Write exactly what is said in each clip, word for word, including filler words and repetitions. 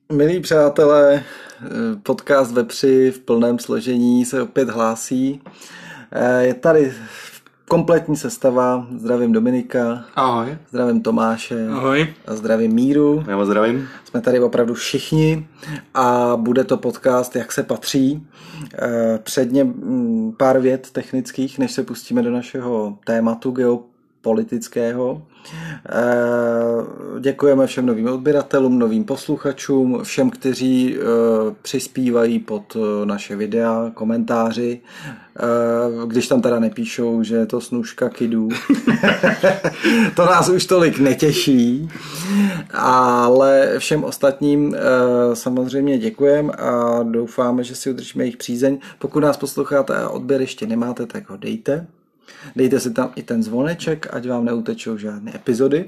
Milí přátelé, podcast Vepři v plném složení se opět hlásí. Je tady kompletní sestava. Zdravím Dominika. Ahoj. Zdravím Tomáše. Ahoj. A zdravím Míru. Já vás zdravím. Jsme tady opravdu všichni a bude to podcast, jak se patří. Předně pár vět technických, než se pustíme do našeho tématu geopolitického. Děkujeme všem novým odběratelům, novým posluchačům, všem, kteří přispívají pod naše videa, komentáři, když tam teda nepíšou, že je to snůška kidů. To nás už tolik netěší, ale všem ostatním samozřejmě děkujeme a doufáme, že si udržíme jejich přízeň. Pokud nás posloucháte a odběr ještě nemáte, tak ho dejte. Dejte si tam i ten zvoneček, ať vám neutečou žádné epizody.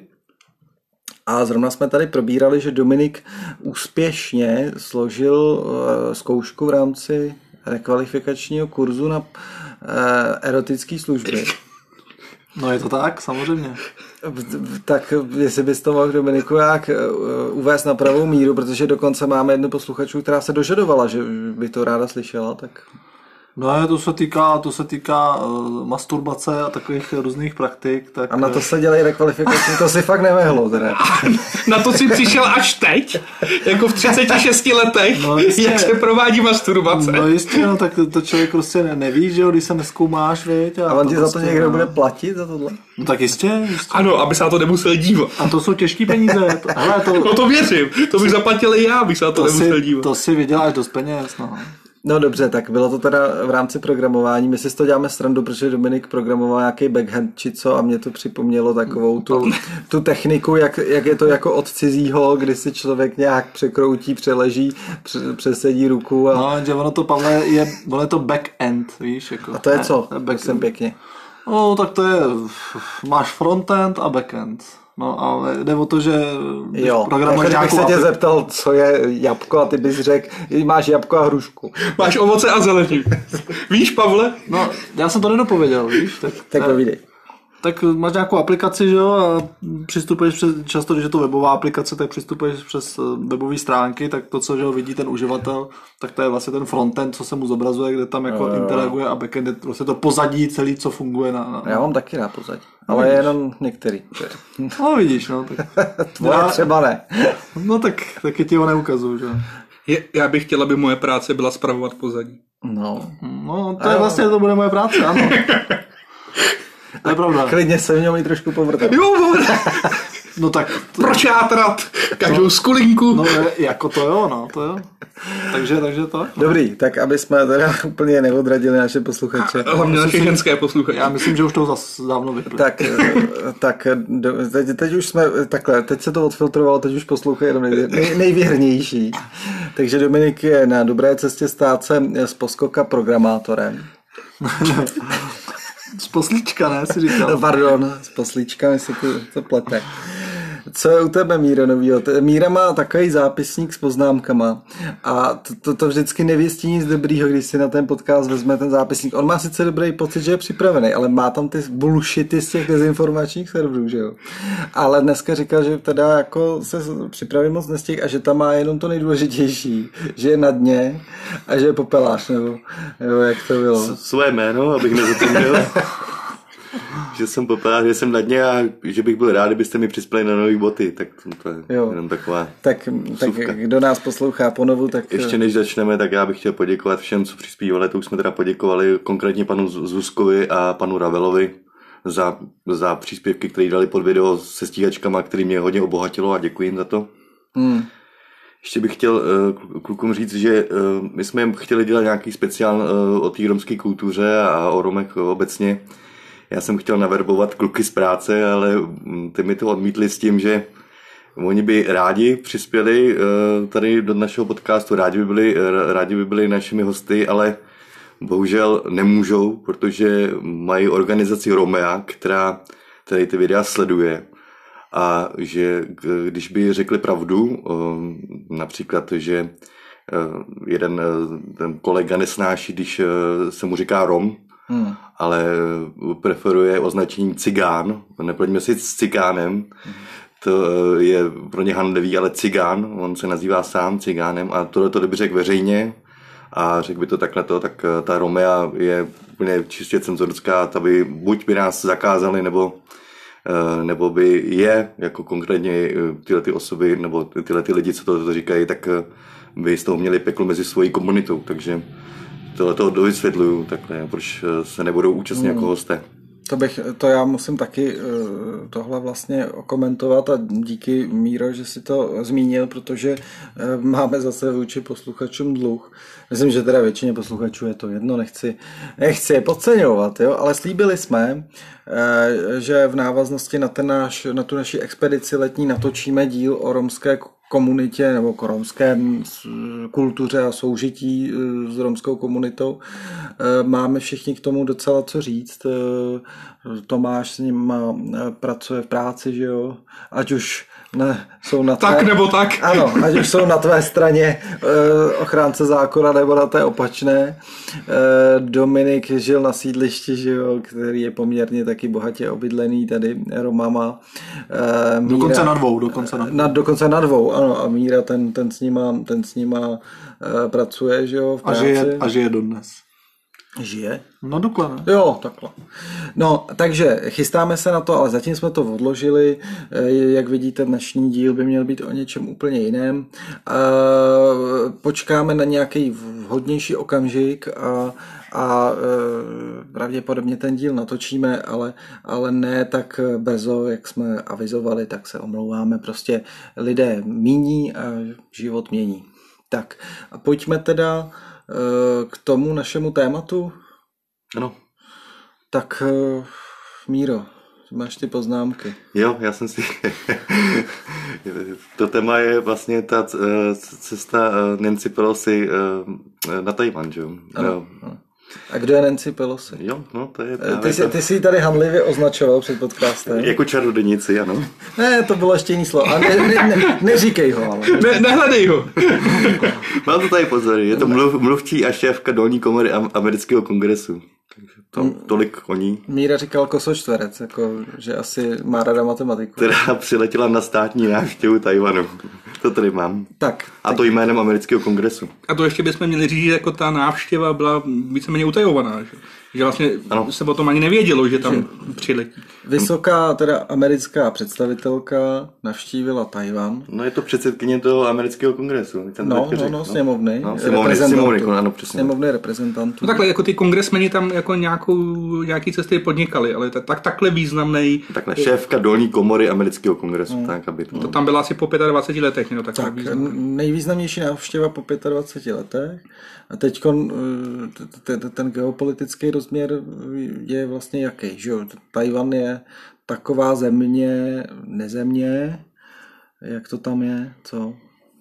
A zrovna jsme tady probírali, že Dominik úspěšně složil zkoušku v rámci rekvalifikačního kurzu na erotické služby. No je to tak, samozřejmě. Tak jestli bys to mohl, Dominiku, jak uvést na pravou míru, protože dokonce máme jednu posluchačku, která se dožadovala, že by to ráda slyšela, tak... No to se týká, to se týká uh, masturbace a takových různých praktik. Tak... A na to se dělají rekvalifikační, to si fakt nevehlo teda. Na to si přišel až teď? Jako v třiceti šesti letech? No jistě, jak se provádí masturbace? No jistě, no tak to, to člověk prostě neví, že jo, když se nezkoumáš, viď? A, a on ti to za to prostě, někdo no. bude platit za tohle? No tak jistě, jistě. Ano, aby se na to nemusel dívat. A to jsou těžký peníze. To, hele, to, no to věřím, to bych zaplatil i já, abych se na to, to nemusel si, dívat. To si vyděláš dost peněz, no. No dobře, tak bylo to teda v rámci programování. My si to děláme srandu, protože Dominik programoval nějaký backhand či co a mě to připomnělo takovou tu, tu techniku, jak, jak je to jako od cizího, kdy si člověk nějak překroutí, přeleží, přesedí ruku. A... No, že ono to, Pavle, je, ono je to back-end, víš. Jako, a to je ne, co? Back Jsem pěkně. No, tak to je, máš frontend a backend. No, ale jde o to, že jo, programuješ tak bych se tě apl- zeptal, co je jabko a ty bys řekl, máš jabko a hrušku. Máš ovoce a zeleninu. Víš, Pavle? No, já jsem to nedopověděl, víš. Tak, tak povídej. Tak máš nějakou aplikaci, že jo, a přistupuješ přes, často, když je to webová aplikace, tak přistupuješ přes webové stránky, tak to, co že ho vidí ten uživatel, tak to je vlastně ten frontend, co se mu zobrazuje, kde tam jako jo, jo. interaguje a backend je vlastně to pozadí celý, co funguje na... na... Já mám taky rád pozadí, ale no, jenom některý. No vidíš, no. Tak... Tvoje já... třeba ne. No tak taky ti ho neukazuju, že je, já bych chtěl, aby moje práce byla spravovat pozadí. No. No, to je vlastně, to bude moje práce, ano. To je pravda. Klidně se měl mít trošku povrtat. Jo, no tak... To... Pročátrat každou no, skulinku. No jako to jo, no, to jo. Takže, takže to. Dobrý, tak aby jsme teda úplně neodradili naše posluchače. A hlavně naše ženské posluchače. Já myslím, že už to zase dávno vypli. Tak, tak teď, teď už jsme, takhle, teď se to odfiltrovalo, teď už poslouchají jenom nej, nej, nejvěrnější. Takže Dominik je na dobré cestě stát se z poskoka programátorem. Z poslíčka, ne, si říkal. No, pardon, z poslíčka, mi se to, to plete. Co je u tebe, Míro, novýho? Míra má takový zápisník s poznámkama a to, to, to vždycky nevěstí nic dobrýho, když si na ten podcast vezme ten zápisník. On má sice dobrý pocit, že je připravený, ale má tam ty bullshity z těch dezinformačních serverů, že jo? Ale dneska říkal, že teda jako se připravit moc nestihl a že tam má jenom to nejdůležitější, že je na dně a že je popelář, nebo, nebo jak to bylo? Své jméno, abych nezapomněl. Že jsem popelá, že jsem na dně a že bych byl rád, kdybyste mi přispěli na nový boty, tak to je jo. jenom taková tak, tak kdo nás poslouchá ponovu, tak... Ještě než začneme, tak já bych chtěl poděkovat všem, co přispívali, to už jsme teda poděkovali konkrétně panu Zuzkovi a panu Ravelovi za, za příspěvky, které dali pod video se stíhačkama, který mě hodně obohatilo a děkuji jim za to. Hmm. Ještě bych chtěl uh, klukům říct, že uh, my jsme chtěli dělat nějaký speciál uh, o té romské kultuře a o Romech obecně. Já jsem chtěl naverbovat kluky z práce, ale ty mi to odmítli s tím, že oni by rádi přispěli tady do našeho podcastu, rádi by byli, rádi by byli našimi hosty, ale bohužel nemůžou, protože mají organizaci Romea, která tady ty videa sleduje. A že když by řekli pravdu, například, že jeden ten kolega nesnáší, když se mu říká Rom, Hmm. ale preferuje označení cigán, nepleťme si s cigánem, hmm. to je pro ně handlivý, ale cigán, on se nazývá sám cigánem a tohle to kdyby řekl veřejně a řekl by to takhle to, tak ta Romea je úplně čistě cenzorická, ta by buď by nás zakázali, nebo nebo by je, jako konkrétně tyhle ty osoby, nebo tyhle ty lidi, co to, to říkají, tak by z toho měli peklo mezi svojí komunitou, takže tohle toho dovysvětluju takhle, proč se nebudou účastnit hmm. jako hosté. To, bych, to já musím taky tohle vlastně okomentovat a díky Míro, že si to zmínil, protože máme zase vůči posluchačům dluh. Myslím, že teda většině posluchačů je to jedno, nechci, nechci je podceňovat, jo? Ale slíbili jsme, že v návaznosti na, ten náš, na tu naši expedici letní natočíme díl o romské komunitě nebo o romské kultuře a soužití s romskou komunitou. Máme všichni k tomu docela co říct. Tomáš s ním pracuje v práci, že jo? Ať už ne, jsou na tvé... Tak nebo tak. Ano, ať už jsou na tvé straně ochránce zákona nebo na té opačné. Dominik žil na sídlišti, že jo, který je poměrně taky bohatě obydlený tady Romama. Míra, dokonce na dvou. Dokonce na, na, dokonce na dvou, ano. A Míra ten, ten s nima, ten s nima pracuje, že jo, v práci. A žije, a žije dodnes. Žije? No dokladně. Jo, takhle. No, takže chystáme se na to, ale zatím jsme to odložili. Jak vidíte, dnešní díl by měl být o něčem úplně jiném. Počkáme na nějaký vhodnější okamžik a, a pravděpodobně ten díl natočíme, ale, ale ne tak brzo, jak jsme avizovali, tak se omlouváme. Prostě lidé míní a život mění. Tak a pojďme teda k tomu našemu tématu. Ano. Tak Míro, máš ty poznámky. Jo, já jsem si... to téma je vlastně ta cesta Nancy Pelosi na Tajvan, že jo? Ano. A kdo je Nancy Pelosi? Jo, no to je právě ty, jsi, ty jsi tady handlivě označoval před podcastem. Jako čarodějnici, ano. Ne, to bylo ještě jiný slovo. A ne, ne, ne, neříkej ho, ale. Ne, nehledej ho. Mám to tady pozor. Je to mluv, mluvčí a šéfka dolní komory amerického kongresu. To, tolik o ní. Míra říkal kosočtverec, jako, že asi má rada matematiku. Která přiletěla na státní návštěvu Tajvanu. To tady mám. Tak. A to jménem amerického kongresu. A to ještě bychom měli říct, že jako ta návštěva byla víceméně utajovaná. Že, že vlastně ano. se o tom ani nevědělo, že tam že přiletí. Vysoká teda americká představitelka navštívila Tajvan. No je to předsedkyně toho amerického kongresu. No, no, no, sněmovny. No, sněmovny, sněmovny, ano, přesně. Sněmovny reprezentantů. No takhle, jako ty kongresmeni tam jako nějakou, nějaký cesty podnikali, ale tak, tak takhle významnej. Takhle, šéfka dolní komory amerického kongresu, hmm. tak, aby to... to tam byla asi po dvaceti pěti letech, no, tak, tak nejvýznamnější návštěva po dvaceti pěti letech. A teď ten geopolitický rozměr je vlastně jaký, že jo? Tajvan je taková země, nezemě, jak to tam je, co?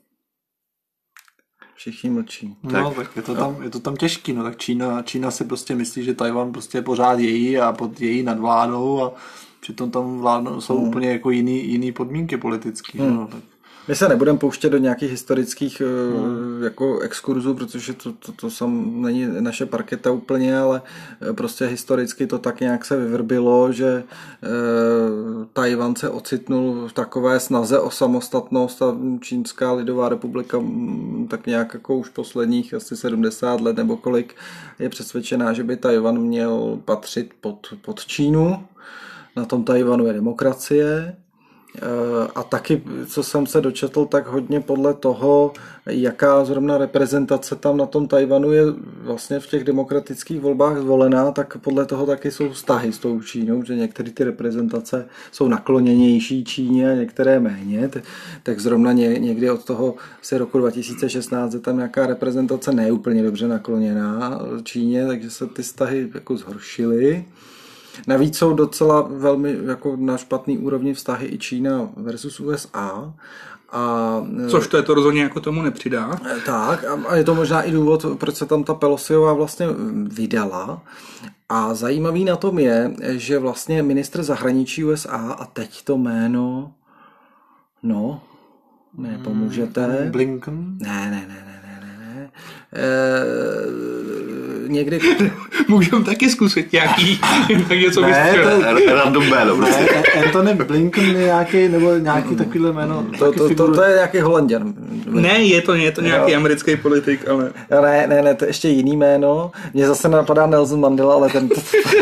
Všichni mlčí. No, tak, tak je, to tam, je to tam těžký, no tak Čína, Čína si prostě myslí, že Tajvan prostě je pořád její a pod její nadvládou a přitom tam vládnou, jsou hmm. úplně jako jiný, jiný podmínky politický, hmm. no, tak. My se nebudeme pouštět do nějakých historických hmm. jako exkurzů, protože to, to, to sam není naše parketa úplně, ale prostě historicky to tak nějak se vyvrbilo, že e, Tajvan se ocitnul v takové snaze o samostatnost a Čínská lidová republika tak nějak jako už posledních asi sedmdesát let nebo kolik je přesvědčená, že by Tajvan měl patřit pod, pod Čínu. Na tom Tajvanu je demokracie. A taky, co jsem se dočetl, tak hodně podle toho, jaká zrovna reprezentace tam na tom Tajvanu je vlastně v těch demokratických volbách zvolená, tak podle toho taky jsou vztahy s tou Čínou, že některé ty reprezentace jsou nakloněnější Číně a některé méně. Tak zrovna někdy od toho se roku dva tisíce šestnáct je tam nějaká reprezentace neúplně dobře nakloněná Číně, takže se ty vztahy jako zhoršily. Navíc jsou docela velmi jako na špatný úrovni vztahy i Čína versus U S A. A, což to je to rozhodně jako tomu nepřidá. Tak a je to možná i důvod, proč se tam ta Pelosiová vlastně vydala. A zajímavý na tom je, že vlastně ministr zahraničí U S A a teď to jméno, no, nepomůžete. Blinken? Ne, ne, ne, ne, ne, ne, ne. E, někdy můžeme taky zkusit nějaký, tak něco Ne, vystřelit. to- Random jméno, prostě. Ne, Anthony Blinken je nějaký, nebo nějaký takovýhle jméno. To, taky to, to, figuruje. to je nějaký Holanděn. Ne, je to, je to nějaký americký politik, ale... Jo, ne, ne, ne, to je ještě jiný jméno. Mně zase napadá Nelson Mandela, ale ten...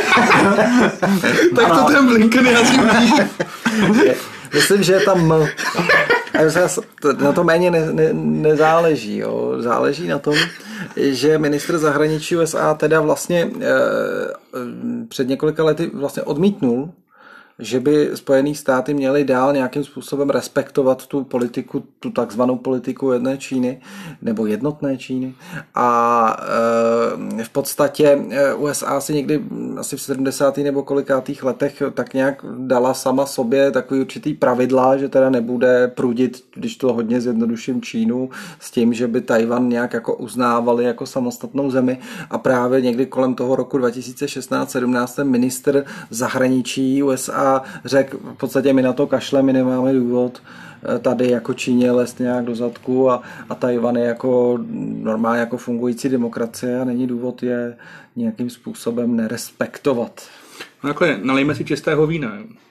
Tak to ten Blinken je asi blíž. Myslím, že je tam... A zase na to méně ne, ne, nezáleží. Jo. Záleží na tom, že ministr zahraničí U S A teda vlastně eh, před několika lety vlastně odmítnul, že by Spojené státy měly dál nějakým způsobem respektovat tu politiku, tu takzvanou politiku jedné Číny, nebo jednotné Číny. A e, v podstatě U S A si někdy asi v sedmdesátých nebo kolikátých letech tak nějak dala sama sobě takový určitý pravidla, že teda nebude prudit, když to hodně zjednoduším, Čínu s tím, že by Tajvan nějak jako uznávali jako samostatnou zemi. A právě někdy kolem toho roku dva tisíce šestnáct sedmnáct ten ministr zahraničí U S A řekl, v podstatě my na to kašle, my nemáme důvod tady jako Číně lézt nějak do zadku a, a Tajvan je jako normálně jako fungující demokracie a není důvod je nějakým způsobem nerespektovat. No takhle, nalejme si čistého vína.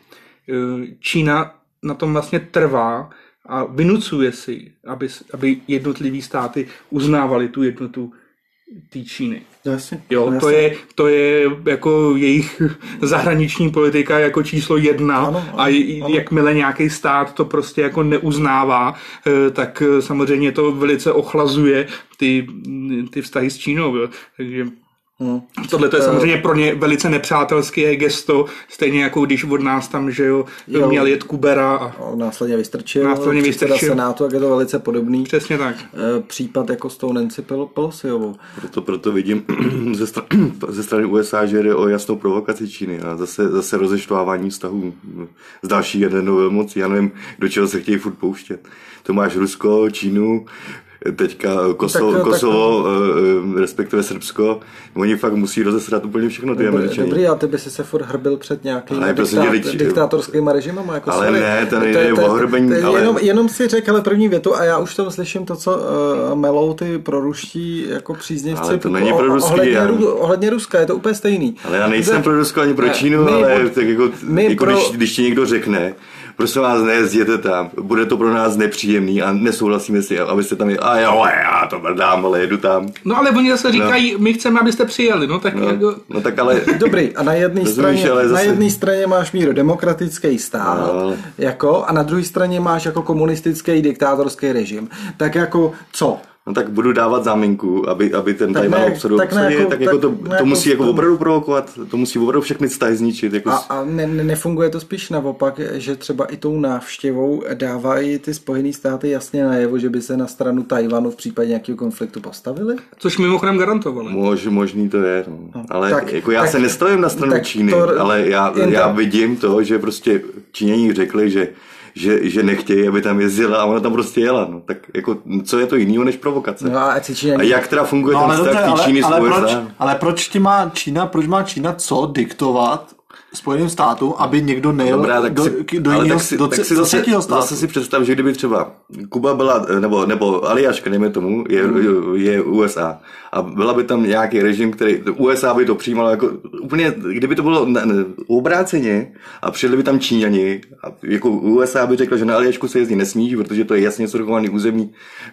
Čína na tom vlastně trvá a vynucuje si, aby, aby jednotlivý státy uznávali tu jednotu té Číny. Jasně, Jo, jasně. to je, to je jako jejich zahraniční politika jako číslo jedna ano, ano, a jakmile nějaký stát to prostě jako neuznává, tak samozřejmě to velice ochlazuje ty, ty vztahy s Čínou. Jo. Takže Hmm. tohle to je samozřejmě pro ně velice nepřátelské gesto, stejně jako když od nás tam, že jo, Jo. měl jet Kubera a On následně vystrčil, Následně předseda vystrčil. Senátu, jak je to velice podobný přesně tak. eh, případ jako s tou Nancy Pel- Pelosiovou. Proto, proto vidím ze, str- ze strany U S A, že jde o jasnou provokaci Číny a zase, zase rozeštvávání vztahů s další jadernou velmocí. Já nevím, do čeho se chtějí furt pouštět. To máš Rusko, Čínu, teďka Kosovo, Tak, tak- Kosovo tak, respektive Srbsko. Oni fakt musí rozesrat úplně všechno, ty Dobrý, Američani. dobrý, a ty by si se furt hrbil před nějakými Ale prosím diktát, tě, teď- diktátorskými režimama. Jako Ale sorry. ne, to nejde je- o ohrbení, to je ale- Jenom, jenom si řekl ale první větu a já už tam slyším to, co uh, melou ty proruští jako příznivci. Ale to není o- proruský, ohledně, já- Ru- ohledně Ruska, je to úplně stejný. Ale já nejsem Tak- pro Rusko ani pro Ne, Čínu, my ale pro- tak jako, my jako pro- když, když ti někdo řekne, prosím vás, nejezděte tam, bude to pro nás nepříjemný a nesouhlasíme si, abyste tam je, a jo, já to brdám, ale jedu tam. No ale oni zase říkají, no. my chceme, abyste přijeli, no tak No, jako... no tak ale... Dobrý, a na jedné Rozumíš, straně, ale na zase- jedné straně máš míru demokratický stát, No, ale- jako, a na druhé straně máš jako komunistický diktátorský režim. Tak jako co? No tak budu dávat záminku, aby, aby ten Tak Tajvan ne- obsadil, tak ne obsadil, jako- tak jako to, tak ne to jako musí jako to- opravdu provokovat, to musí opravdu všechny vztahy zničit. Jako A, s- a ne, ne, nefunguje to spíš naopak, že třeba i tou návštěvou dávají ty Spojené státy jasně najevo, že by se na stranu Tajvanu v případě nějakého konfliktu postavili? Což mimochodem garantovali. Mož, možný to je, no. ale tak- tak, jako já tak- se nestavím na stranu tak Číny, to- ale já, jen já tam- vidím to, že prostě Číňani řekli, že Že, že nechtějí, aby tam jezdila a ona tam prostě jela. No. Tak jako, co je to jiného než provokace? No a ať si Číňani... A jak teda funguje No, ten ale, dobře, vztah té ale, Číny s ale, U S A? proč, ale proč ti má Čína, proč má Čína co diktovat Spojeným státům, aby někdo nejel Dobrá, tak do, si, do, ale jiného, tak si, do, tak si do zase, třetího státu? zase si představ, že kdyby třeba Kuba byla, nebo, nebo Aljaška, dejme tomu, je, je U S A a byla by tam nějaký režim, který, U S A by to přijímalo jako úplně, kdyby to bylo ne, ne, obráceně a přijeli by tam Číňani a jako U S A by řekla, že na Aljašku se jezdí nesmí, protože to je jasně svrchovaný území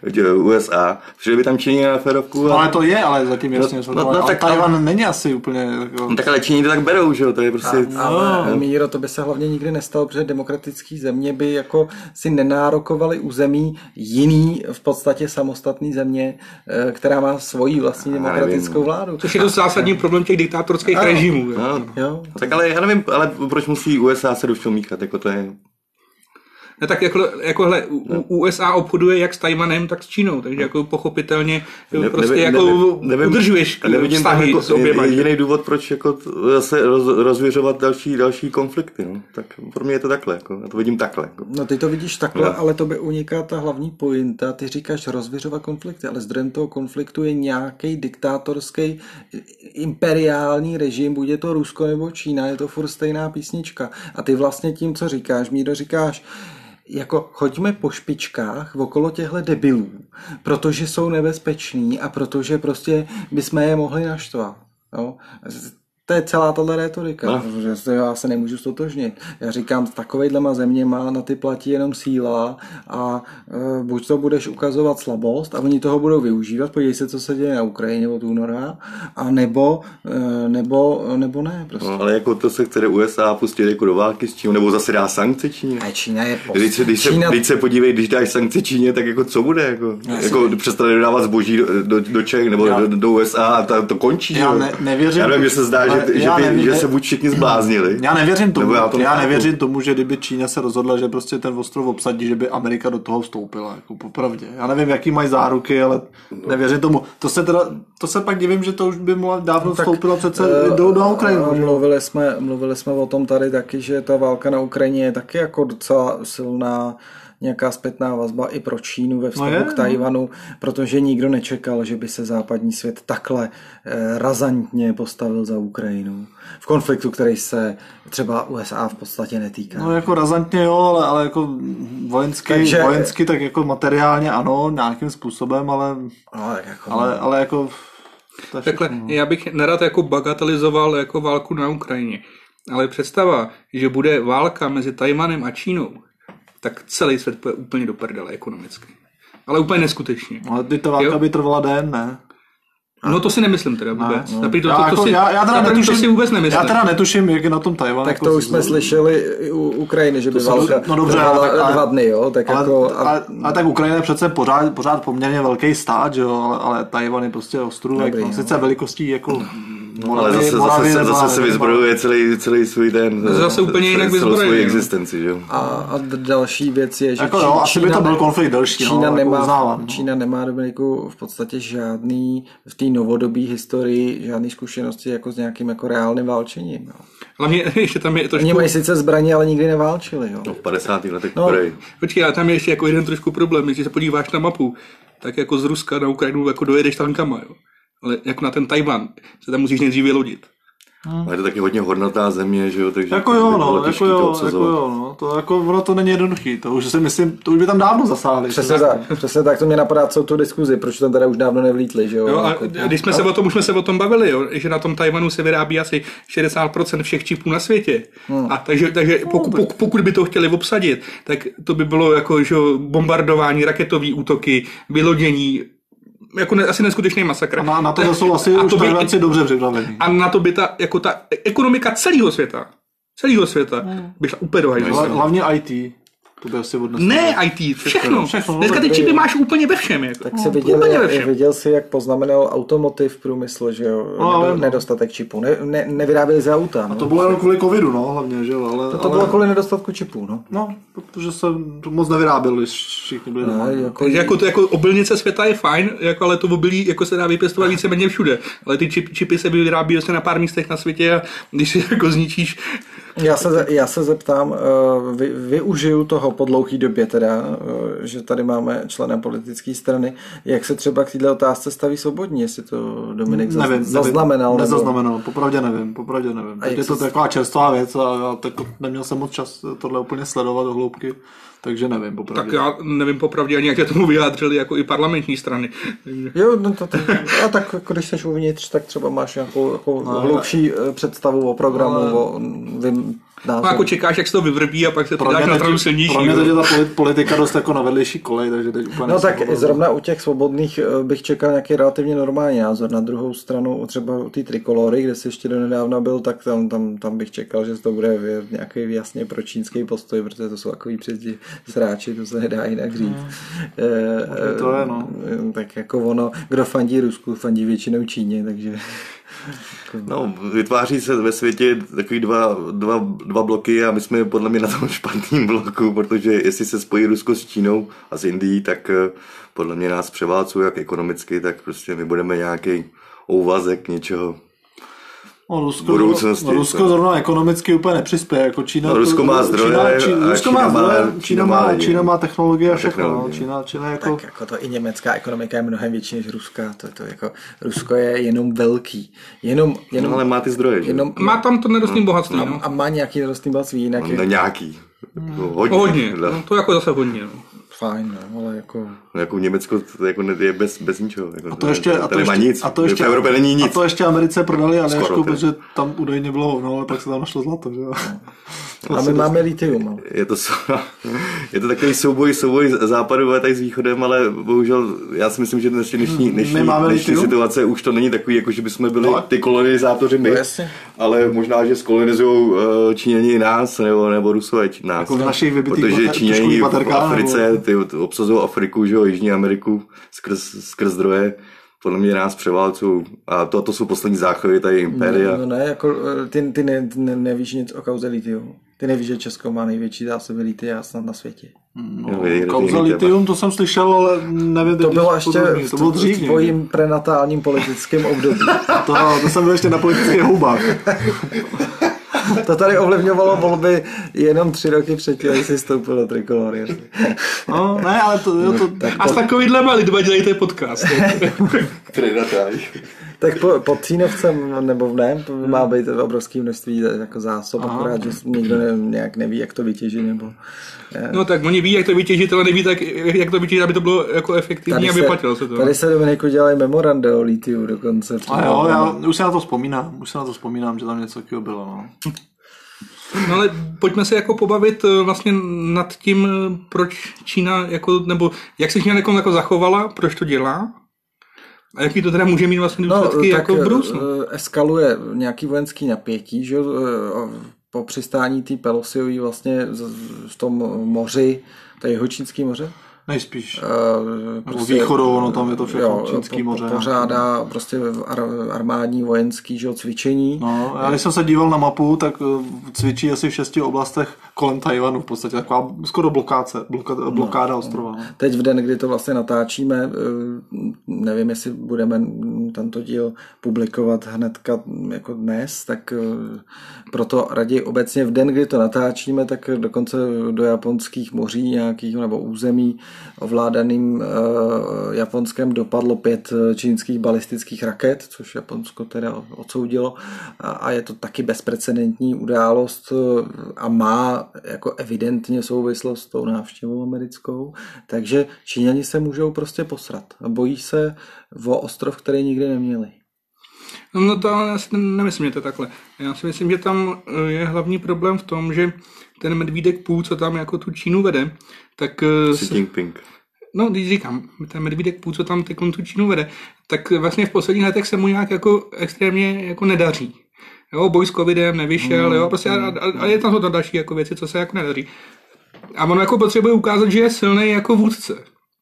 U S A, přijeli by tam Číňani na férovku. No, A, ale to je, ale zatím jasně no, svrchovaný. no, Ale tak- Tajvan není asi úplně... Jako... no, tak ale Číňani to tak berou, že jo, to je prostě... Ale no. Míro, to by se hlavně nikdy nestalo, protože demokratické země by jako si nenárokovaly území jiný, v podstatě samostatný země, která má svoji vlastní demokratickou vládu. Což je to zásadní problém těch diktátorských Ano. režimů. Jo. No, Jo. tak ale já nevím, ale proč musí U S A se do všeho míchat, jako to je... Ne, tak jako, jako hele, U- U S A obchoduje jak s Tajvanem, tak s Čínou, takže jako pochopitelně Ne- prostě nevím- jako nevím- udržuješ nevidím tam vztahy jako s oběma. jediný důvod, proč jako t- zase roz, rozvěřovat další, další konflikty. No. Tak pro mě je to takhle, jako, já to vidím takhle. Jako. No ty to vidíš takhle, No. ale to by uniká ta hlavní pointa. Ty říkáš rozvěřovat konflikty, ale zdrojem toho konfliktu je nějaký diktátorský imperiální režim, buď je to Rusko nebo Čína, je to furt stejná písnička. A ty vlastně tím, co říkáš, Míro, říkáš, jako choďme po špičkách okolo těchto debilů, protože jsou nebezpeční a protože prostě bychom je mohli naštvat. Jo? To je celá tato rétorika, No. protože já se nemůžu stotožnit. Já říkám, s takovejhlema zeměma na ty platí jenom síla a e, buď to budeš ukazovat slabost a oni toho budou využívat, podívej se, co se děje na Ukrajině od února, a nebo, e, nebo, nebo ne. Prostě. No, ale jako to se chce U S A pustit jako do války s Čínou, nebo zase dá sankce Číně. A Čína je post... Když se, když, se, Čína... když se podívej, když dáš sankce Číně, tak jako co bude? Jako, jako přestane dodávat zboží do, do, do Čech nebo já, do, do U S A a to, to končí. Já ne, nevěřím. Já nevím, že se zdá, že, že, by, nevím, že se buď všichni zbláznili. Já nevěřím tomu, já, to já nevěřím tomu, že kdyby Čína se rozhodla, že prostě ten ostrov obsadí, že by Amerika do toho vstoupila, jako popravdě. Já nevím, jaký mají záruky, ale nevěřím tomu. To se teda, to se pak divím, že to už by mohla dávno no, vstoupila přece uh, do, do Ukrajiny. Uh, mluvili jsme, mluvili jsme o tom tady taky, že ta válka na Ukrajině je taky jako docela silná nějaká zpětná vazba i pro Čínu ve vztahu no je, k Tajvanu, no. Protože nikdo nečekal, že by se západní svět takhle eh, razantně postavil za Ukrajinu. V konfliktu, který se třeba U S A v podstatě netýká. No jako razantně jo, ale, ale jako vojensky, Takže, vojensky, tak jako materiálně ano, nějakým způsobem, ale, no, tak jako, ale, ale jako... Takhle, já bych nerad jako bagatelizoval jako válku na Ukrajině, ale představa, že bude válka mezi Tajvanem a Čínou, tak celý svět půjde úplně do prdele ekonomicky. Ale úplně neskutečně. Ale ty ta válka jo? by trvala den, ne? No to si nemyslím teda vůbec. No, no. To, to, já, to, jako, si, já, já, teda netuším, to si vůbec nemyslím. Já teda netuším, jak je na tom Tajvan. Tak jako to už jsme z... slyšeli u Ukrajiny, že by to válka no dobře, trvala ale, dva dny, jo? Tak ale, jako, a... ale, ale tak Ukrajina je přece pořád, pořád poměrně velký stát, jo? Ale, ale Tajvan je prostě ostrůvek. No. Sice velikostí jako... No, ale zase, Moravě, zase, zase se vyzbrojuje celý, celý svůj ten... Zase úplně jinak vyzbrojuje. Celou svou existenci, jo. A, a další věc je, že jako Čína, jo, asi by to byl konflikt další. Čína, no, nemá, uznávám, no. Čína nemá, Dominiku, v podstatě žádný v té novodobé historii žádný zkušenosti jako s nějakým jako reálným válčením. Jo. Hlavně ještě tam je trošku... Oni mají sice zbraně, ale nikdy neválčili. Jo. No v padesátých letech no. Počkej, ale tam je ještě jako jeden trošku problém, když se podíváš na mapu, tak jako z Ruska na Ukrajinu jako dojedeš tankama, jo. Ale jako na ten Tajvan se tam musíš nejdřív vylodit. Hmm. Je to taky hodně hodnotná země, že jo, takže jako jo, no, jako jo, jako jo, no, to jako ono to není jednoduchý, to už si myslím, to už by tam dávno zasáhli. Přesně tak, přesně tak, to mě napadá celou tu diskuzi, proč tam teda už dávno nevlítli, že jo. jo a jako, když jsme no. se o tom, už jsme se o tom bavili, jo, že na tom Tajvanu se vyrábí asi šedesát procent všech čipů na světě. Hmm. A takže, takže pokud, pokud, pokud by to chtěli obsadit, tak to by bylo jako, že bombardování, raketové útoky, vylodění, jako ne, asi neskutečný masakr. A na, na to jsou asi už Tajvanci dobře připraveni. A na to by ta, jako ta ekonomika celého světa, celého světa, hmm. by šla úplně do hajzlu. Hlavně í té. To by asi odneslo. Ne í té, všechno. všechno. Dneska ty čipy máš úplně ve všem. Jako. Tak si viděl, jak, viděl si, jak poznamenal automotiv průmysl, že jo, no, nedostatek čipů. Ne, ne, nevyráběli za auta. No. A to bylo jenom kvůli covidu, no, hlavně, že jo. Ale, to, to ale... bylo kvůli nedostatku čipů, no. No, protože se to moc nevyráběli, když všichni byli no, jako... jako, to, jako obilnice světa je fajn, jako, ale to obilí jako se dá vypěstovat víceméně všude. Ale ty čip, čipy se vyrábí na pár místech na světě a když si jako zničíš... Já se, já se zeptám, vy, využiju toho po dlouhý době teda, že tady máme člena politické strany, jak se třeba k této otázce staví Svobodní, jestli to Dominik nevím, zaznamenal? Nevím, nezaznamenal, popravdě nevím, popravdě nevím. Teď je to taková čerstvá věc a já tak neměl jsem moc čas tohle úplně sledovat do hloubky. Takže nevím popravdě. Tak já nevím popravdě ani jak se tomu vyjádřili jako i parlamentní strany. Jo, no to, to a tak jako když jsi uvnitř, tak třeba máš nějakou jako no, hlubší ale... představu o programu, no, o vím, no, jako čekáš, jak se to vyvrbí a pak se přidáš na stranu silnější. Pro mě teď je ta politika dost jako na vedlejší kolej, takže teď úplně no tak pohodl. Zrovna u těch Svobodných bych čekal nějaký relativně normální názor. Na druhou stranu třeba u té Trikolory, kde jsi ještě donedávna byl, tak tam, tam, tam bych čekal, že to bude nějaký jasně pro čínský postoj, protože to jsou takový přezdi sráči, to se nedá jinak říct. Hmm. E, to je, no. Tak jako ono, kdo fandí Rusku, fandí většinou Číně, takže... No, vytváří se ve světě takový dva, dva, dva bloky a my jsme podle mě na tom špatným bloku, protože jestli se spojí Rusko s Čínou a s Indií, tak podle mě nás převálcují jak ekonomicky, tak prostě my budeme nějaký úvazek něčeho. No, Rusko, no, Rusko zrovna ekonomicky úplně nepřispěje, jako Čína. No, Rusko má zdroje, Čína, Čína, Rusko má zdroje, Čína, Čína má, má, Čína má technologie a všechno. No, Čína, Čína jako... Tak jako to i německá ekonomika je mnohem větší než ruská. To, to jako, Rusko je jenom velký. Jenom, jenom, no, ale má ty zdroje. Jenom, má tam to nerostný bohatství. A, a má nějaký nerostný bohatství. Jinak no, je... nějaký. Hmm. Hodně. hodně. No, to jako zase hodně. No. fajn, no, ale jako... No, jako Německo to jako je bez, bez ničeho. Jako, A to ještě, a to ještě, nic. A to ještě, v Evropě není nic. A to ještě Americe prodali Aljašku, Skoro, protože tam údajně bylo, no ale pak se tam našlo zlato, že jo. A my máme litium. Je to, je to takový souboj, souboj západu a tak s východem, ale bohužel já si myslím, že dnešní, dnešní, dnešní, dnešní situace už to není takový, jako že bychom byli no, ty kolonizátoři my, no, ale možná, že skolonizují Číňani nás, nebo, nebo Rusové nás. Jako v našich vybitých protože Číňani v Africe, ty obsazují Afriku, že jo, Jižní Ameriku skrz, skrz zdroje. Podle mě nás převálcují. A to, to jsou poslední záchovy tady impéria. No, no ne, jako ty, ty ne, ne, nevíš nic o kauze litium. Ty nevíš, že Česko má největší zásoby litia snad na světě. No, kauza litium, to jsem slyšel, ale nevím. To bylo ještě to bylo dřív, v tvojím prenatálním politickém období. to, to jsem byl ještě na politických houbách. To tady ovlivňovalo volby jenom tři roky předtím, když jsi vstoupil do Trikolory. No, ne, ale to... Jo, to... Tak a s takovýhlema lidma dělejte podcast. Tak po, pod Cínovcem, nebo ne, má být obrovské množství jako zásob, aha, akorát, že nikdo ne, nějak neví, jak to vytěží, nebo... No tak oni ví, jak to vytěžit, ale neví tak, jak to vytěžit, aby to bylo jako efektivní a vyplatilo se to. Tady se Dominiku dělají memoranda o litiu dokonce. A jo, já už se na to vzpomínám, už se na to vzpomínám, že tam něco takového bylo, no. No ale pojďme se jako pobavit vlastně nad tím, proč Čína, jako, nebo jak se Čína jako, jako zachovala, proč to dělá a jaký to teda může mít vlastně důsledky no, jako v budoucnu. Eskaluje nějaký vojenský napětí, že po přistání té Pelosiový vlastně v tom moři, to je Jihočínský moře? Nejspíš. Uh, prostě, východu, no tam je to všechno Čínský moře. Pořádá prostě armádní vojenský, že, cvičení. No, já když jsem se díval na mapu, tak cvičí asi v šesti oblastech kolem Tajvanu, v podstatě taková skoro blokáce, bloka, blokáda no, ostrova. No. Teď v den, kdy to vlastně natáčíme, nevím, jestli budeme tento díl publikovat hnedka jako dnes, tak proto raději obecně v den, kdy to natáčíme, tak dokonce do japonských moří nějakých nebo území ovládaným uh, Japonskem dopadlo pět čínských balistických raket, což Japonsko teda odsoudilo a, a je to taky bezprecedentní událost uh, a má jako evidentně souvislost s tou návštěvou americkou, takže Číňani se můžou prostě posrat. Bojí se o ostrov, který nikdy neměli. No to já si nemyslím, že to je takhle. Já si myslím, že tam je hlavní problém v tom, že ten medvídek Pů, co tam jako tu Čínu vede, tak... Xi Jinping. No, když říkám, ten medvídek Pů, co tam tu Čínu vede, tak vlastně v posledních letech se mu nějak jako extrémně jako nedaří. Jo, boj s covidem nevyšel, mm, jo, prostě a, a, a je tam to další jako věci, co se jako nedaří. A ono jako potřebuje ukázat, že je silný jako vůdce.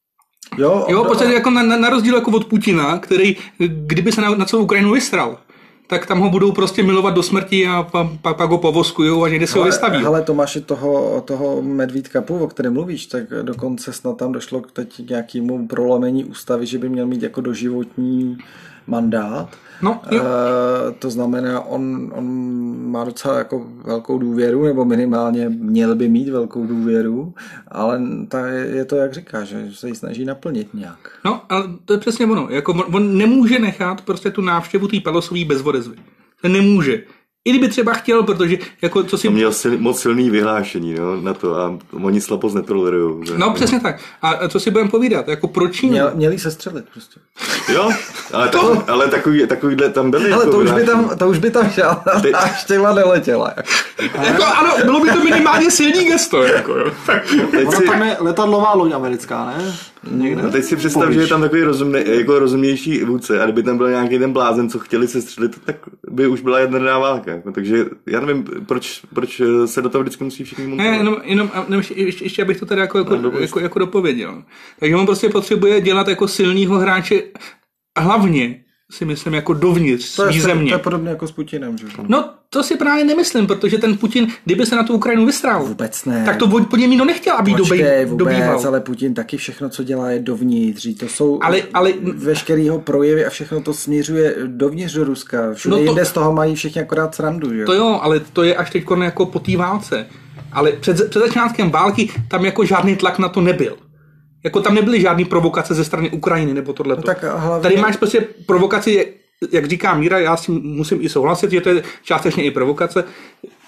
Jo, jo, v podstatě jako na, na rozdíl jako od Putina, který, kdyby se na, na celou Ukrajinu vystral, tak tam ho budou prostě milovat do smrti a pak pa, pa ho povoskujou a někde si ho vystaví. Hele, Tomáši, toho, toho medvídka Pů, o kterém mluvíš, tak dokonce snad tam došlo k teď nějakému prolomení ústavy, že by měl mít jako doživotní mandát. No, jo. E, to znamená, on, on má docela jako velkou důvěru, nebo minimálně měl by mít velkou důvěru, ale ta je to, jak říká, že se ji snaží naplnit nějak. No, ale to je přesně ono. Jako on, on nemůže nechat prostě tu návštěvu té Pelosové bez odezvy. To nemůže. I kdyby třeba chtěl, protože jako co si... To měl sil, moc silný vyhlášení, no, na to a oni slabost netolerujou. No, přesně tak. A co si budeme povídat? Jako proč Měl, měli se střelit prostě. Jo, ale, to... ale takový, takovýhle tam byly. Ale jako to, už by tam, to už by tam žádná Ty... návštěva neletěla. Jako, ano, bylo by to minimálně silný gesto. Jako, jo. Ona si... tam je letadlová loď americká, ne? Někde. A teď si představ, Povíš. Že je tam takový rozumný, jako rozumnější vůdce a kdyby tam byl nějaký ten blázen, co chtěli se střelit, tak by už byla jedna válka. Jako, takže já nevím, proč, proč se do toho vždycky musí všichni montovat. Ne, jenom, jenom, jenom ještě, ještě, ještě abych to teda jako, jako, no, jako, jako dopověděl. Takže on prostě potřebuje dělat jako silného hráče hlavně si myslím jako dovnitř svý země. To je podobně jako s Putinem. Že? No to si právě nemyslím, protože ten Putin, kdyby se na tu Ukrajinu vystral, vůbec ne. Tak to po něm nikdo nechtěl, aby Počkej, dobý, dobýval. Ale Putin taky všechno, co dělá, je dovnitř. To jsou ale, ale, veškerýho projevy a všechno to směřuje dovnitř do Ruska. Všude no to, jinde z toho mají všichni akorát srandu. Že? To jo, ale to je až teď jako po té válce. Ale před, před začátkem války tam jako žádný tlak na to nebyl. Jako tam nebyly žádný provokace ze strany Ukrajiny nebo tohleto. No hlavně... Tady máš prostě provokaci, jak říká Míra, já si musím i souhlasit, že to je částečně i provokace.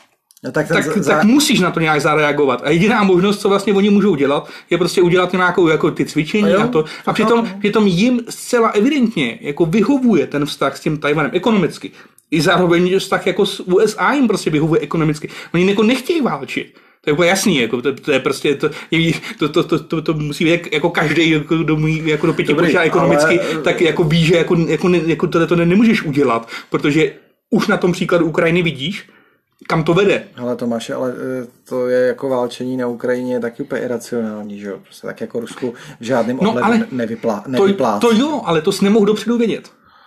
No, tak, tak, za... tak musíš na to nějak zareagovat. A jediná možnost, co vlastně oni můžou dělat, je prostě udělat nějakou jako ty cvičení a, jo, a to. A přitom, přitom jim zcela evidentně jako vyhovuje ten vztah s tím Tajvanem ekonomicky. I zároveň vztah jako s U S A jim prostě vyhovuje ekonomicky. Oni jako nechtějí válčit. To je úplně jasný, jako to, to je prostě, to, to, to, to, to, to musí být jako každý, jako do, jako do pěti počítá ekonomicky, ale... tak jako ví, že jako, jako, jako to, to nemůžeš udělat, protože už na tom příkladu Ukrajiny vidíš, kam to vede. Ale Tomáše, ale to je jako válčení na Ukrajině taky úplně iracionální, že jo? Prostě tak jako Rusku v žádném no, ohledu nevyplá, nevyplácí. To, to jo, ale to jsi nemohl dopředu vědět.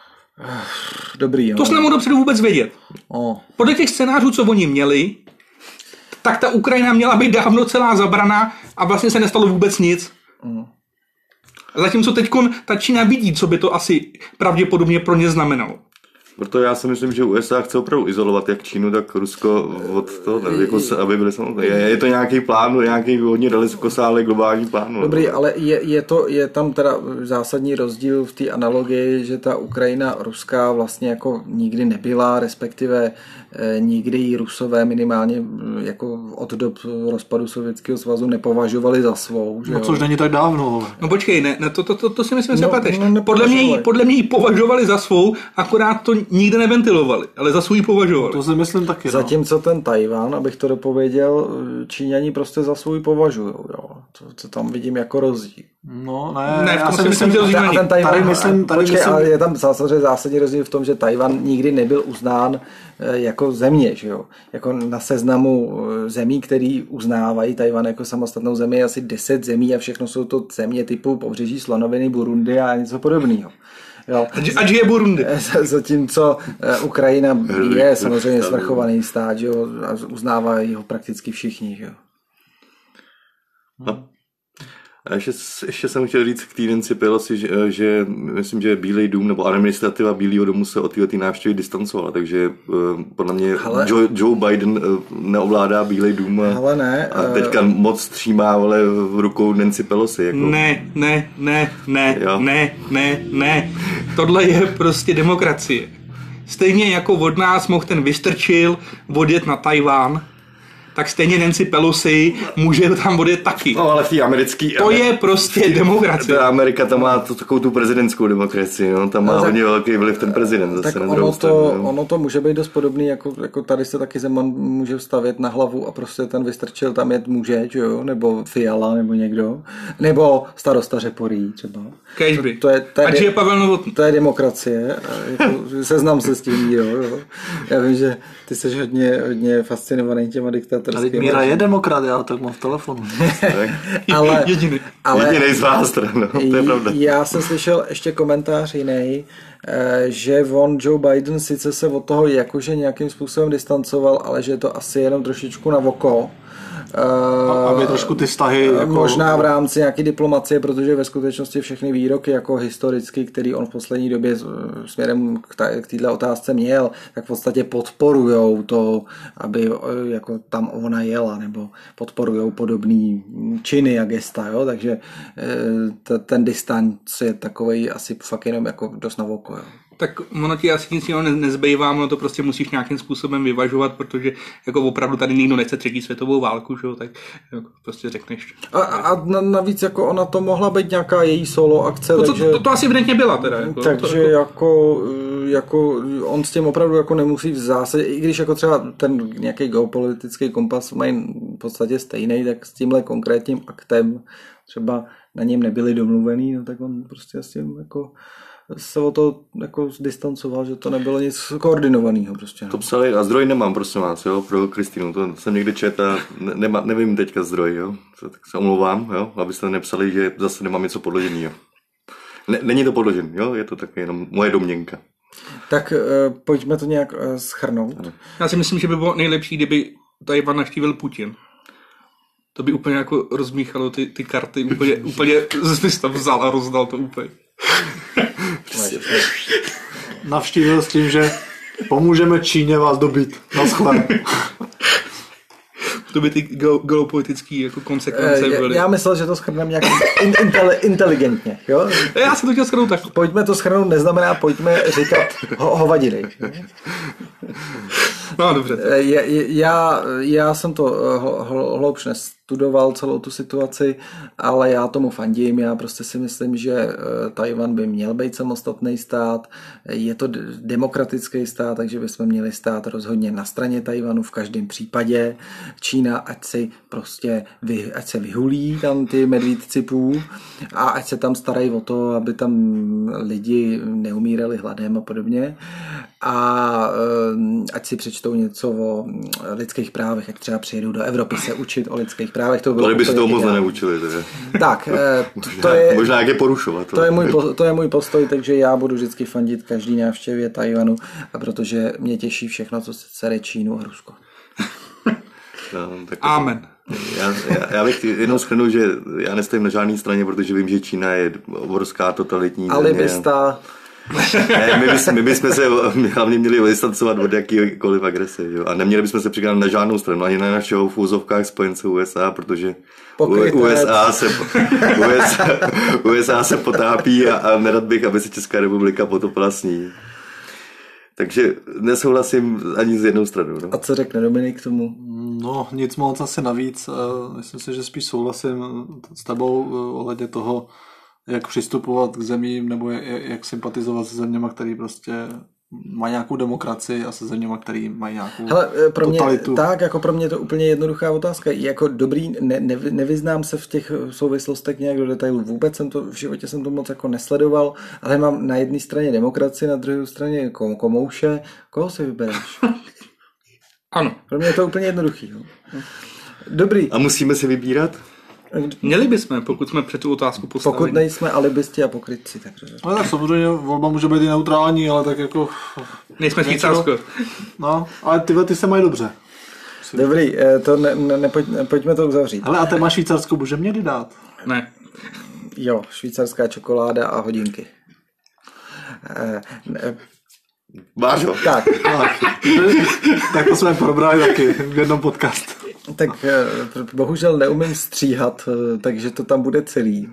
Dobrý, jo. To jsi nemohl dopředu vůbec vědět. Oh. Podle těch scénářů, co oni měli, tak ta Ukrajina měla být dávno celá zabraná a vlastně se nestalo vůbec nic. Mm. Zatímco teď ta Čína vidí, co by to asi pravděpodobně pro ně znamenalo. Proto já si myslím, že U S A chce opravdu izolovat jak Čínu, tak Rusko od toho, jako se, aby byly samozřejmě. Je, je to nějaký plán, nějaký hodně dalekosálý globální plán. Dobrý, ale je, je, to, je tam teda zásadní rozdíl v té analogii, že ta Ukrajina ruská vlastně jako nikdy nebyla, respektive eh, nikdy ji Rusové minimálně jako od dob rozpadu Sovětského svazu nepovažovali za svou. Že no což není tak dávno. No počkej, ne, ne to, to, to, to si myslím, že no, pateš. No, podle, mě, podle mě ji považovali za svou, akorát to nikde neventilovali, ale za svůj považovali. To si myslím taky. Zatímco ten Tajvan, abych to dopověděl, Číňani prostě za svůj považují. To, co tam vidím jako rozdíl. No, ne, ne já si si myslím, myslím, že tady, ten Tajvan, tady myslím, tady počkej, myslím... ale je tam samozřejmě zásadní rozdíl v tom, že Tajvan nikdy nebyl uznán jako země, že jo? Jako na seznamu zemí, který uznávají Tajvan jako samostatnou zemi, je asi deset zemí a všechno jsou to země typu pobřeží Slonoviny, Burundi a něco podobného. Jo. Ať je Burundi. Zatímco Ukrajina je samozřejmě svrchovaný stát, že jo, a uznávají ho prakticky všichni, že jo. No. A ještě, ještě jsem chtěl říct k té Nancy Pelosi, že, že myslím, že Bílej dům nebo administrativa Bílého domu se od této návštěvy distancovala, takže podle mě hele, Joe, Joe Biden neovládá Bílej dům a, hele ne, a teďka uh, moc třímá ale v rukou Nancy Pelosi. Jako. Ne, ne, ne, ne, jo. ne, ne, ne. Tohle je prostě demokracie. Stejně jako od nás mohl ten Vystrčil odjet na Tajván, tak stejně Nancy Pelosi může tam odjet taky. No ale v té americký... To je prostě demokracie. Ta Amerika tam má to, takovou tu prezidentskou demokracii, no, tam má no, hodně velký vliv ten prezident. Tak ono to, ono to může být dost podobný, jako, jako tady se taky Zeman může vstavět na hlavu a prostě ten Vystrčil tam jet může, že jo, nebo Fiala, nebo někdo, nebo starosta Řeporí třeba. Kežby. To, to je, to je, Ať je Pavel Novotný. To je demokracie, jako, seznám se s tím, jo, jo. Já vím, že ty jsi hodně, hodně fascinovaný těma diktátorskými. Ale Míra je demokrat, já tak mám v telefonu. ale, jediný. ale jediný z vás, no, to je pravda. Já jsem slyšel ještě komentář jiný, že on Joe Biden sice se od toho jakože nějakým způsobem distancoval, ale že je to asi jenom trošičku na oko. Aby trošku ty vztahy jako... možná v rámci nějaké diplomacie, protože ve skutečnosti všechny výroky jako historicky, který on v poslední době směrem k této otázce měl, tak v podstatě podporujou to, aby jako tam ona jela, nebo podporujou podobný činy a gesta, jo? Takže ten distanc je takovej asi fakt jenom jako dost na oko. Jo? Tak ono ti asi nic jiného nezbývá, ono to prostě musíš nějakým způsobem vyvažovat, protože jako opravdu tady nikdo nechce třetí světovou válku, že jo, tak jako prostě řekneš. A, a navíc jako ona to mohla být nějaká její solo akce, no takže... To, to, to asi evidentně byla teda. Jako, takže to, jako... jako, jako on s tím opravdu jako nemusí v zásadě, i když jako třeba ten nějaký geopolitický kompas mají v podstatě stejný, tak s tímhle konkrétním aktem třeba na něm nebyli domluvený, no tak on prostě s tím jako... se o to jako distancoval, že to nebylo nic koordinovaného prostě. No. To psali, a zdroj nemám, prosím vás, jo, pro Kristýnu, to jsem někde četl a ne, nema, nevím teďka zdroj, jo, tak se omlouvám, jo, abyste nepsali, že zase nemám něco podloženého. Ne, není to podložený, jo, je to taky jenom moje domněnka. Tak uh, pojďme to nějak uh, shrnout. Já si myslím, že by bylo nejlepší, kdyby Tajvan navštívil Putin. To by úplně jako rozmíchalo ty, ty karty, úplně, úplně zbys tam vzal a rozdal to úplně. Navštívil s tím, že pomůžeme Číně vás dobít. Naschle. To by ty geopolitické jako konsekvence byly. Já myslel, že to shrneme nějak in, intele, inteligentně. Jo? Já se to chtěl shrnout tak. Pojďme to shrnout, neznamená pojďme říkat ho, hovadiny. No dobře. Já, já, já jsem to hloubš nestudoval, celou tu situaci, ale já tomu fandím. Já prostě si myslím, že Tchaj-wan by měl být samostatný stát. Je to demokratický stát, takže bychom měli stát rozhodně na straně Tchaj-wanu v každém případě. Čína, ať si prostě vy, ať se vyhulí tam ty medvídci pů a ať se tam starají o to, aby tam lidi neumírali hladem a podobně. A ať si přečtou něco o lidských právech, ať třeba přijedou do Evropy se učit o lidských právech. To by se toho moc neučili. Tak, to, to je... Možná jak je porušovat. To je, můj, to je můj postoj, takže já budu vždycky fandit každý návštěvě Tchaj-wanu, a protože mě těší všechno, co se cere Čínu a Rusko. No, tak Amen. Já, já, já bych jenom shrnul, že já nestojím na žádné straně, protože vím, že Čína je obrovská totalitní země. Alibista. Ne, my, bys, my bychom se hlavně měli distancovat od jakýkoliv agrese. Jo? A neměli bychom se přikládat na žádnou stranu, ani na našeho v úzovkách spojence U S A, protože U S A se, U S A, U S A se potápí a, a nerad bych, aby se Česká republika potopila s ní. Takže nesouhlasím ani z jednou stranou. No. A co řekne Dominik k tomu? No, nic moc asi navíc. Myslím si, že spíš souhlasím s tebou ohledně toho, jak přistupovat k zemím, nebo jak sympatizovat se zeměma, který prostě mají nějakou demokracii, a se zeměma, který mají nějakou Hele, pro mě, totalitu. Tak, jako pro mě je to úplně jednoduchá otázka. Jako dobrý, ne, ne, nevyznám se v těch souvislostech nějak do detailů. Vůbec jsem to, v životě jsem to moc jako nesledoval, ale mám na jedné straně demokracii, na druhé straně kom, komouše. Koho si vybereš? Ano. Pro mě je to úplně jednoduchý. Jo. Dobrý. A musíme si vybírat? Měli bychom, pokud jsme před tu otázku postavili. Pokud nejsme alibisti a pokrytci, takže. No tak samozřejmě volba může být i neutrální, ale tak jako... Nejsme Švýcarsko. No, ale tyhle ty se mají dobře. Dobrý, to ne, ne, ne, pojď, pojďme to uzavřít. Hele, a téma Švýcarsko může měli dát? Ne. Jo, švýcarská čokoláda a hodinky. E, ne, Máš ho. tak. Tak to jsme probrali taky v jednom podcastu. Tak bohužel neumím stříhat, takže to tam bude celý.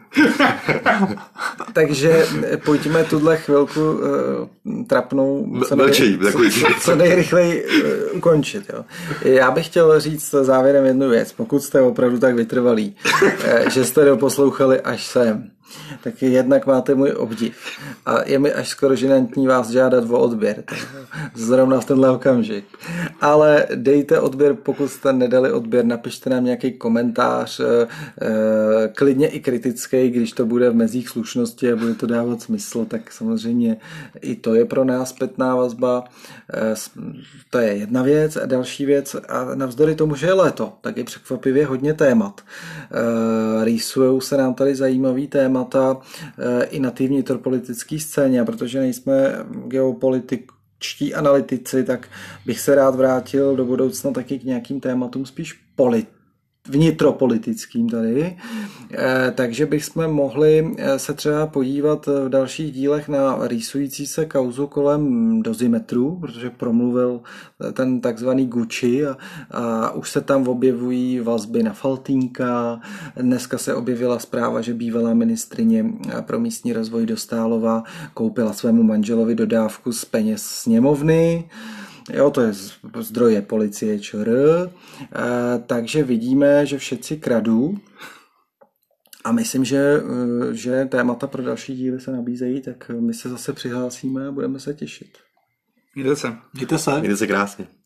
Takže pojďme tuhle chvilku uh, trapnou co, nej, co, co nejrychleji uh, ukončit. Jo. Já bych chtěl říct závěrem jednu věc. Pokud jste opravdu tak vytrvalí, uh, že jste doposlouchali až sem, tak jednak máte můj obdiv. A je mi až skoro žinantní vás žádat o odběr. Zrovna v tenhle okamžik. Ale dejte odběr, pokud jste nedali odběr, napište nám nějaký komentář, klidně i kritický, když to bude v mezích slušnosti a bude to dávat smysl, tak samozřejmě i to je pro nás zpětná vazba. To je jedna věc. A další věc, a navzdory tomu, že je léto, tak je překvapivě hodně témat. Rýsujou se nám tady zajímavý téma i na té vnitropolitické scéně, a protože nejsme geopolitičtí analytici, tak bych se rád vrátil do budoucna taky k nějakým tématům spíš politickým, vnitropolitickým tady, takže bychom mohli se třeba podívat v dalších dílech na rýsující se kauzu kolem dozimetru, protože promluvil ten takzvaný Gucci a, a už se tam objevují vazby na Faltýnka. Dneska se objevila zpráva, že bývalá ministryně pro místní rozvoj Dostálová koupila svému manželovi dodávku z peněz sněmovny. Jo, to je zdroje policie ČR, e, takže vidíme, že všetci kradou a myslím, že, že témata pro další díly se nabízejí, tak my se zase přihlásíme a budeme se těšit. Mějte se. Mějte se. Mějte se krásně.